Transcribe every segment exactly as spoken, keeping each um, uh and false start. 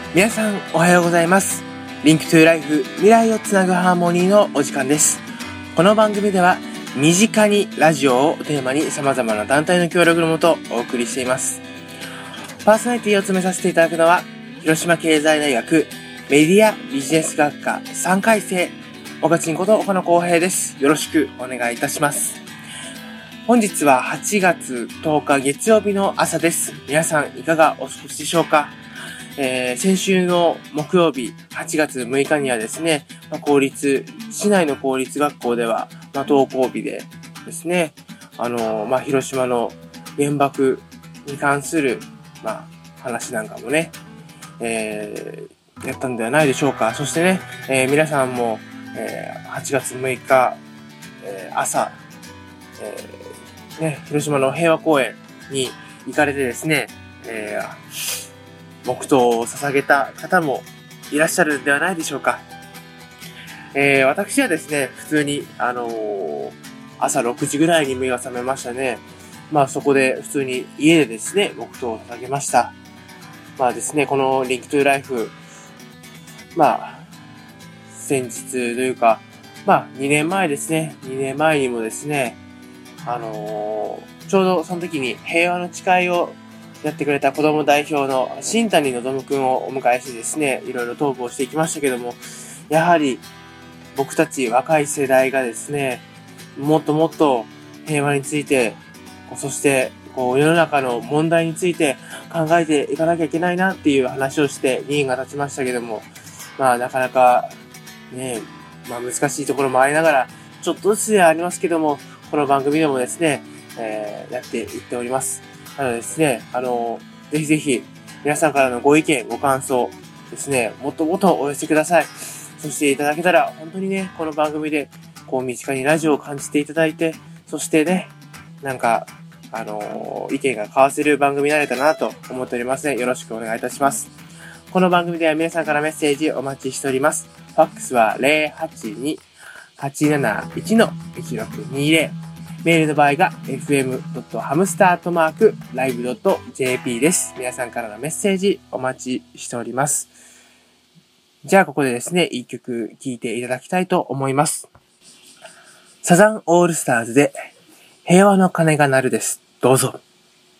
皆さんおはようございます。リンクトゥーライフ、未来をつなぐハーモニーのお時間です。この番組では身近にラジオをテーマに様々な団体の協力のもとお送りしています。パーソナリティを務めさせていただくのは広島経済大学メディアビジネス学科さんかい生岡ちんこと岡野光平です。よろしくお願いいたします。本日ははちがつとおか月曜日の朝です。皆さんいかがお過ごしでしょうか。えー、先週の木曜日はちがつむいかにはですね、まあ、公立市内の公立学校では、まあ、登校日でですね、あのー、まあ、広島の原爆に関する、まあ、話なんかもね、えー、やったんではないでしょうか。そしてね、えー、皆さんも、えー、はちがつむいか、えー、朝、えーね、広島の平和公園に行かれてですね、えー黙祷を捧げた方もいらっしゃるんではないでしょうか。えー、私はですね、普通に、あのー、朝ろくじぐらいに目が覚めましたね。まあそこで普通に家でですね、黙祷を捧げました。まあですね、このリンクトゥーライフ、まあ、先日というか、まあにねんまえですね、にねんまえにもですね、あのー、ちょうどその時に平和の誓いをやってくれた子供代表の新谷のぞむくんをお迎えしてですね、いろいろトークをしていきましたけども、やはり僕たち若い世代がですね、もっともっと平和について、そしてこう世の中の問題について考えていかなきゃいけないなっていう話をしてにねんが経ちましたけども、まあなかなかね、まあ難しいところもありながら、ちょっとずつではありますけども、この番組でもですね、えー、やっていっております。なのでですね、あの、ぜひぜひ、皆さんからのご意見、ご感想ですね、もっともっとお寄せください。そしていただけたら、本当にね、この番組で、こう、身近にラジオを感じていただいて、そしてね、なんか、あのー、意見が交わせる番組になれたなと思っておりますので、よろしくお願いいたします。この番組では皆さんからメッセージお待ちしております。ファックスは ゼロはちに はちなないち いちろくにゼロ。メールの場合が エフエムドットハムスター アットマーク ライブ ドット ジェーピー です。皆さんからのメッセージお待ちしております。じゃあここでですね、一曲聴いていただきたいと思います。サザンオールスターズで平和の鐘が鳴るです。どうぞ。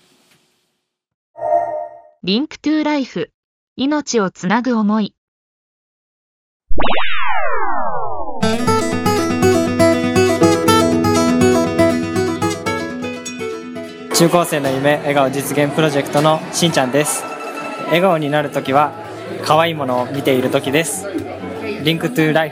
リンクトゥーライフ、命をつなぐ思い。 中高生の夢笑顔実現プロジェクトのしんちゃんです。笑顔になるときは可愛いものを見ているときです。リンクトゥーライフ。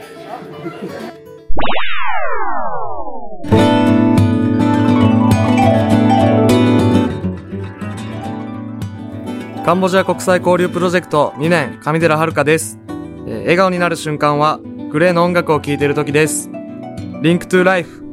カンボジア国際交流プロジェクトにねん上寺遥です。えー、笑顔になる瞬間はグレーの音楽を聴いているときです。リンクトゥーライフ。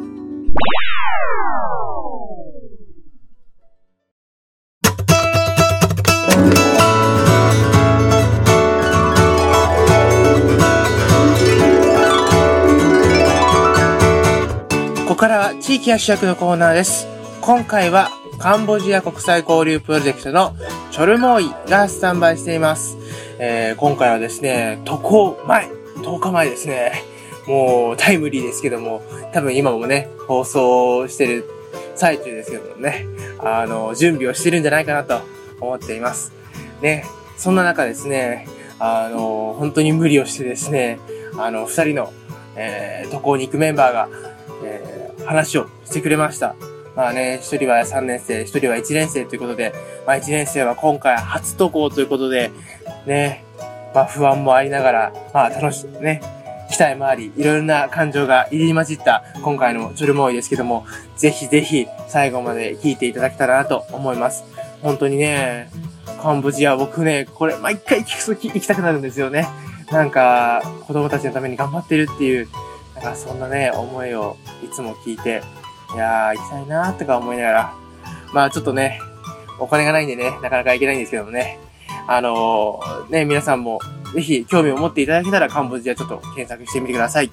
ここからは地域や主役のコーナーです。今回はカンボジア国際交流プロジェクトのチョルモーイがスタンバイしています。えー、今回はですね、渡航前、とおかまえですね。もうタイムリーですけども、多分今もね、放送してる最中ですけどもね、あの、準備をしてるんじゃないかなと思っています。ね、そんな中ですね、あの、本当に無理をしてですね、あの、二人の、えー、渡航に行くメンバーが、えー話をしてくれました。まあね、一人はさんねん生、一人はいちねん生ということで、まあいちねん生は今回初渡航ということで、ね、まあ不安もありながら、まあ楽しい、ね、期待もあり、いろいろな感情が入り混じった今回のチョルモーイですけども、ぜひぜひ最後まで聞いていただけたらなと思います。本当にね、カンボジア僕ね、これ毎回聞くと行きたくなるんですよね。なんか、子供たちのために頑張ってるっていう、なんかそんなね、思いをいつも聞いて、いやー、行きたいなーとか思いながら、まあちょっとね、お金がないんでね、なかなか行けないんですけどもね、あのー、ね、皆さんもぜひ興味を持っていただけたらカンボジアちょっと検索してみてください。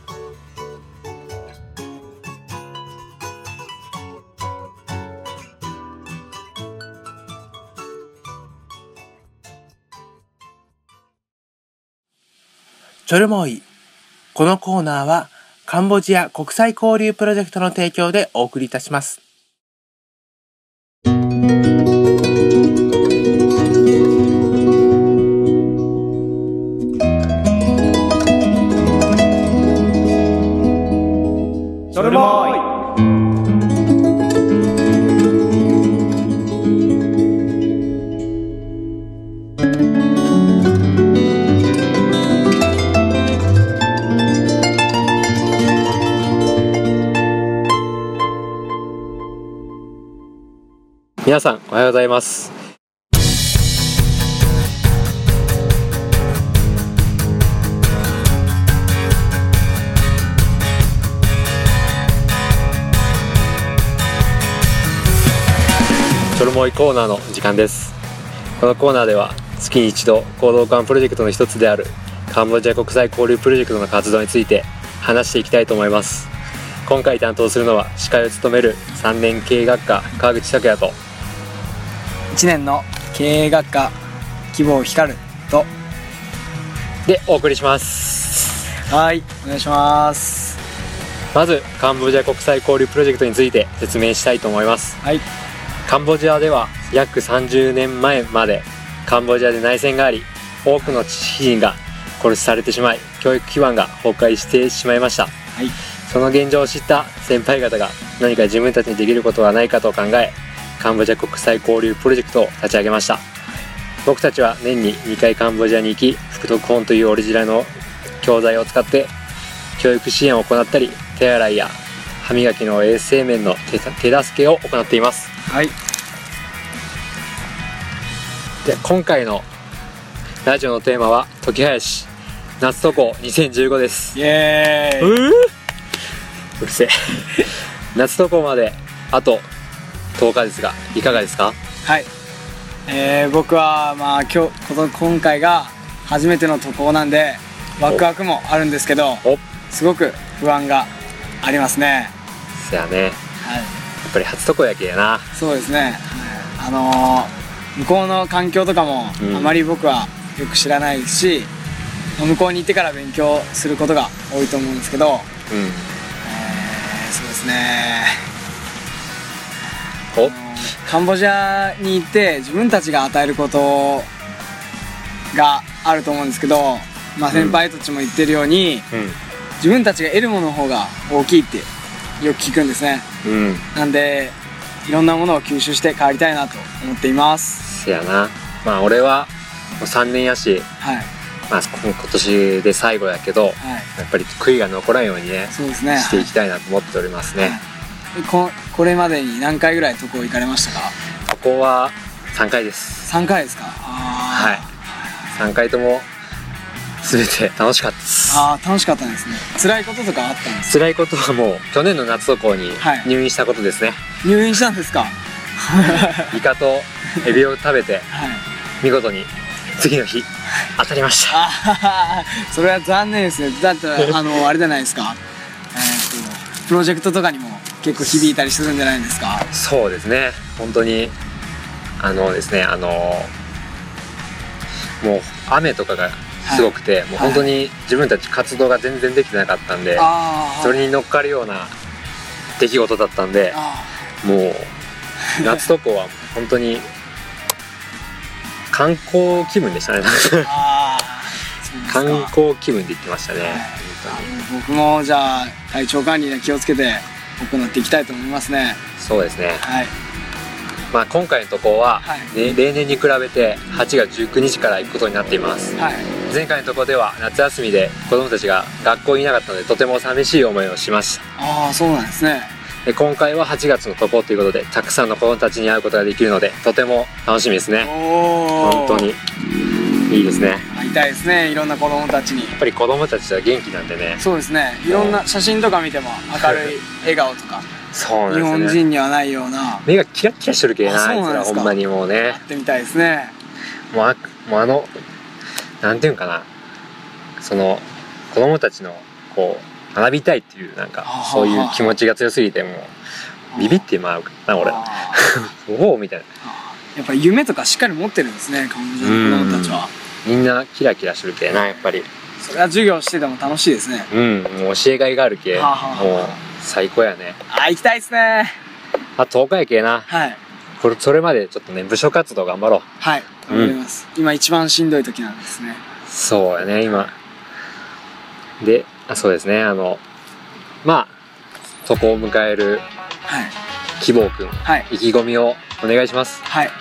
チョルモイ。このコーナーはカンボジア国際交流プロジェクトの提供でお送りいたします。 チョルモイ。 皆さんおはようございます。チョルモイコーナーの時間です。このコーナーでは月に一度行動館プロジェクトの一つであるカンボジア国際交流プロジェクトの活動について話していきたいと思います。今回担当するのは司会を務めるさんねん経営学科川口拓也といちねんの経営学科希望光とでお送りします。 はいお願いします。 まずカンボジア国際交流プロジェクトについて説明したいと思います。 はい。 カンボジアでは約さんじゅうねんまえまでカンボジアで内戦があり、多くの知識人が殺しされてしまい、教育基盤が崩壊してしまいました。 はい。 その現状を知った先輩方が何か自分たちにできることはないかと考え、カンボジア国際交流プロジェクトを立ち上げました。僕たちは年ににかいカンボジアに行き、福徳本というオリジナルの教材を使って教育支援を行ったり、手洗いや歯磨きの衛生面の 手, 手助けを行っています。 はい。 で今回のラジオのテーマは時林夏渡航にせんじゅうごです。 イエーイ。 うーうるせえ夏渡航まであととおかですが、いかがですか？ はい。えー、僕はまあ今日この今回が初めての渡航なんでワクワクもあるんですけど、すごく不安がありますね。 そやね、 はい。 やっぱり初渡航やけやな。 そうですね。あのー、向こうの環境とかもあまり僕はよく知らないですし、うん、向こうに行ってから勉強することが多いと思うんですけど、うん、えー、そうですね。 おカンボジアに行って自分たちが与えることがあると思うんですけど、まあ、先輩たちも言ってるように、うんうん、自分たちが得るものの方が大きいってよく聞くんですね。うん、なんでいろんなものを吸収して帰りたいなと思っています。 せやな。まあ俺はもうさんねんやし、はい、まあ今年で最後やけど、はい、やっぱり悔いが残らんようにね、そうですね、していきたいなと思っておりますね。はい、 こ, これまでに何回ぐらい渡航行かれましたか？ 渡航はさんかいです。 さんかいですか？あ、 はい、さんかいとも全て楽しかったです。 ああ、楽しかったんですね。辛いこととかあったんですか？ 辛いことはもう去年の夏渡航に入院したことですね。はい、 入院したんですか？ イカとエビを食べて、はい、見事に次の日当たりました。 あ、それは残念ですね。だってあのあれじゃないですか、えー、とプロジェクトとかにも結構響いたりするんじゃないですか？ そうですね。本当にあのですね、あのもう雨とかがすごくて、はい、もう本当に自分たち活動が全然できてなかったんで、はい、それに乗っかるような出来事だったんで、もう夏渡航は本当に観光気分でしたね。観光気分で行ってましたね。はい、 僕もじゃあ体調管理には気をつけて行っていきたいと思いますね。 そうですね。はい。まあ今回の渡航は、ね、例年に比べてはちがつじゅうくにちから行くことになっています。はい、前回の渡航では夏休みで子どもたちが学校にいなかったのでとても寂しい思いをしました。 ああ、そうなんですね。 で今回ははちがつの渡航ということでたくさんの子どもたちに会うことができるのでとても楽しみですね。本当にいいですね。 会いたいですね、いろんな子どもたちに。 やっぱり子どもたちは元気なんでね。 そうですね。いろんな写真とか見ても明るい笑顔とかそうなんですね、日本人にはないような目がキラッキラしてるけどな、あいつらほんまにもうね。 やってみたいですね。 もう あ, もうあのなんていうんかな、その子どもたちのこう学びたいっていうなんかそういう気持ちが強すぎてもうビビってまうな俺。おおみたいな。 やっぱり夢とかしっかり持ってるんですね、カンボジアの子どもたちは。 みんなキラキラしてるけどな、やっぱり。 それは授業してても楽しいですね。 うん、もう教えがいがあるけ、 はあはあもう最高やね。 あ、行きたいですね。 あとおかやけな。 はい。 これ、それまでちょっとね、部署活動頑張ろう。 はい。頑張ります。今一番しんどい時なんですね。 そうやね、今。で、あそうですね、あの、まあ、そこを迎えるはい。 希望くん、 はい。 意気込みをお願いします。 はい。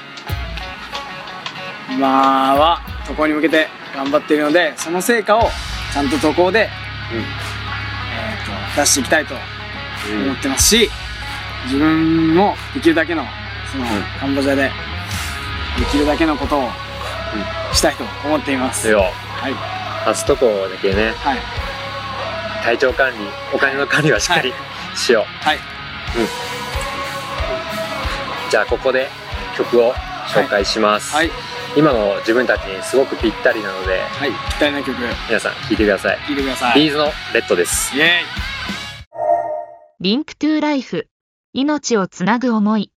今は渡航に向けて頑張っているので、その成果をちゃんと渡航で、 うんえー、と出していきたいと思ってますし、自分もできるだけのその、 んカンボジアでできるだけのことをしたいと思っています。 よ、 はい。 初渡航だけね、 はい。 体調管理、お金の管理はしっかりしよう。 はい。 じゃあ、ここで曲を紹介します。 はい。 今の自分たちにすごくぴったりなので、 はい。ぴったりな曲、 皆さん聴いてください。 聴いてください。 ビーズのレッドです。 イェーイ。 リンクトゥライフ。命をつなぐ思い。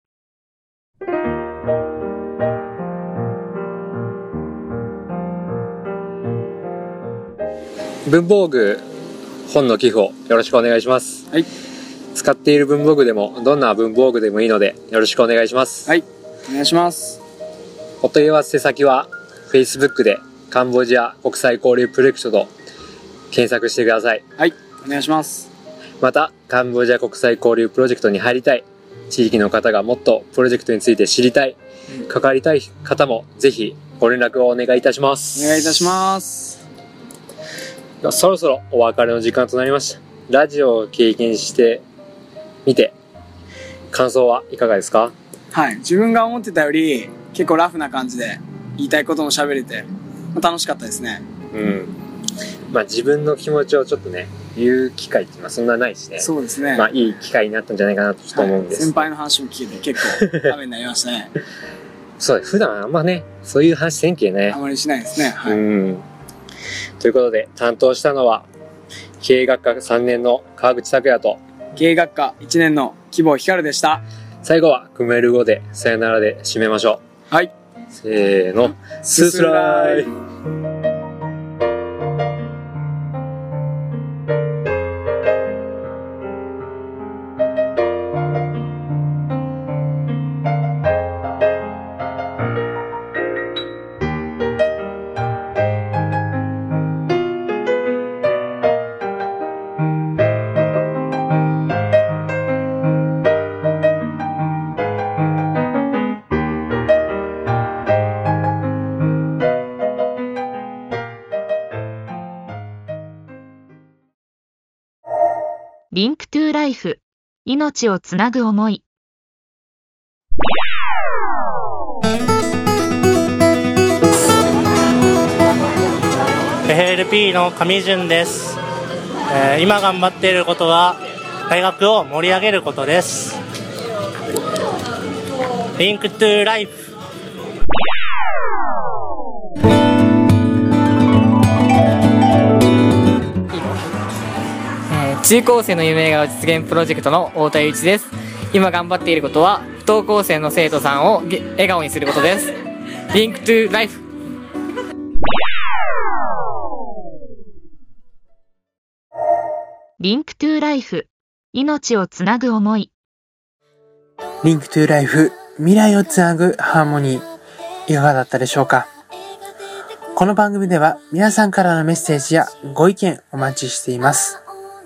文房具、本の寄付をよろしくお願いします。 はい。 使っている文房具でも、どんな文房具でもいいので、よろしくお願いします。 はい。お願いします。 お問い合わせ先は Facebook でカンボジア国際交流プロジェクトと検索してください。 はい。お願いします。 またカンボジア国際交流プロジェクトに入りたい、地域の方がもっとプロジェクトについて知りたい、関わりたい方もぜひご連絡をお願いいたします。 お願いいたします。 そろそろお別れの時間となりました。ラジオを経験してみて感想はいかがですか？ はい。自分が思ってたより結構ラフな感じで言いたいことも喋れて楽しかったですね。 うん。まあ自分の気持ちをちょっとね言う機会っていうのはそんなないしね。 そうですね。 まあいい機会になったんじゃないかなとちょっと思うんです。 はい、先輩の話も聞いて結構ためになりましたね。 そう普段あんまねそういう話せんけね。 あまりしないですね。はい。 うん。ということで担当したのは経営学科さんねんの川口拓也と経営学科いちねんの希望光でした。 最後はクメル語でさよならで締めましょう。はい。 せーの。スースライ。 リンクトゥライフ。命をつなぐ思い。 エフエルピー の上潤です、えー、今頑張っていることは大学を盛り上げることです。リンクトゥライフ。 中高生の夢が実現プロジェクトの太田祐一です。今頑張っていることは不登校生の生徒さんを笑顔にすることです。リンクトゥライフ。 リンクトゥライフ。命をつなぐ思い。 リンクトゥライフ。未来をつなぐハーモニー。いかがだったでしょうか？この番組では皆さんからのメッセージやご意見お待ちしています。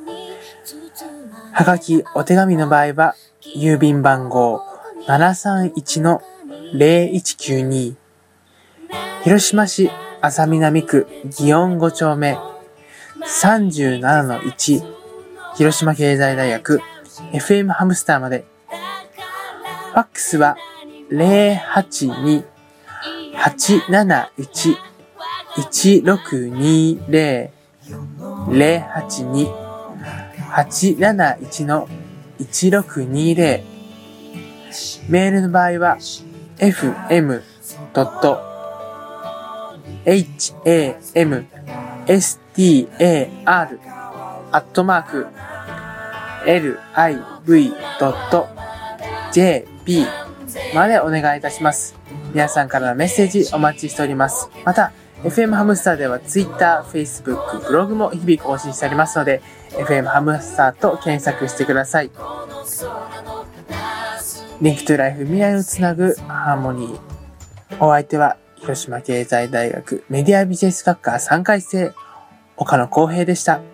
はがき、お手紙の場合は、郵便番号 ななさんいちのゼロいちきゅうに 広島市安佐南区祇園ご丁目 さんじゅうななのいち 広島経済大学 エフエム ハムスターまで。ファックスは ゼロはちに はちなないち いちろくにゼロ ゼロはちに はちなないちのいちろくにゼロ。メールの場合は エフエム ドット エイチ エー エム エス ティー エー アール アットマーク エル アイ ブイ ドット ジェーピー までお願いいたします。皆さんからのメッセージお待ちしております。またエフエム ハムスターでは Twitter、Facebook、ブログも日々更新しておりますので、エフエム ハムスターと検索してください。リンクトゥライフ、未来をつなぐハーモニー。お相手は広島経済大学メディアビジネス学科さんかい生岡野浩平でした。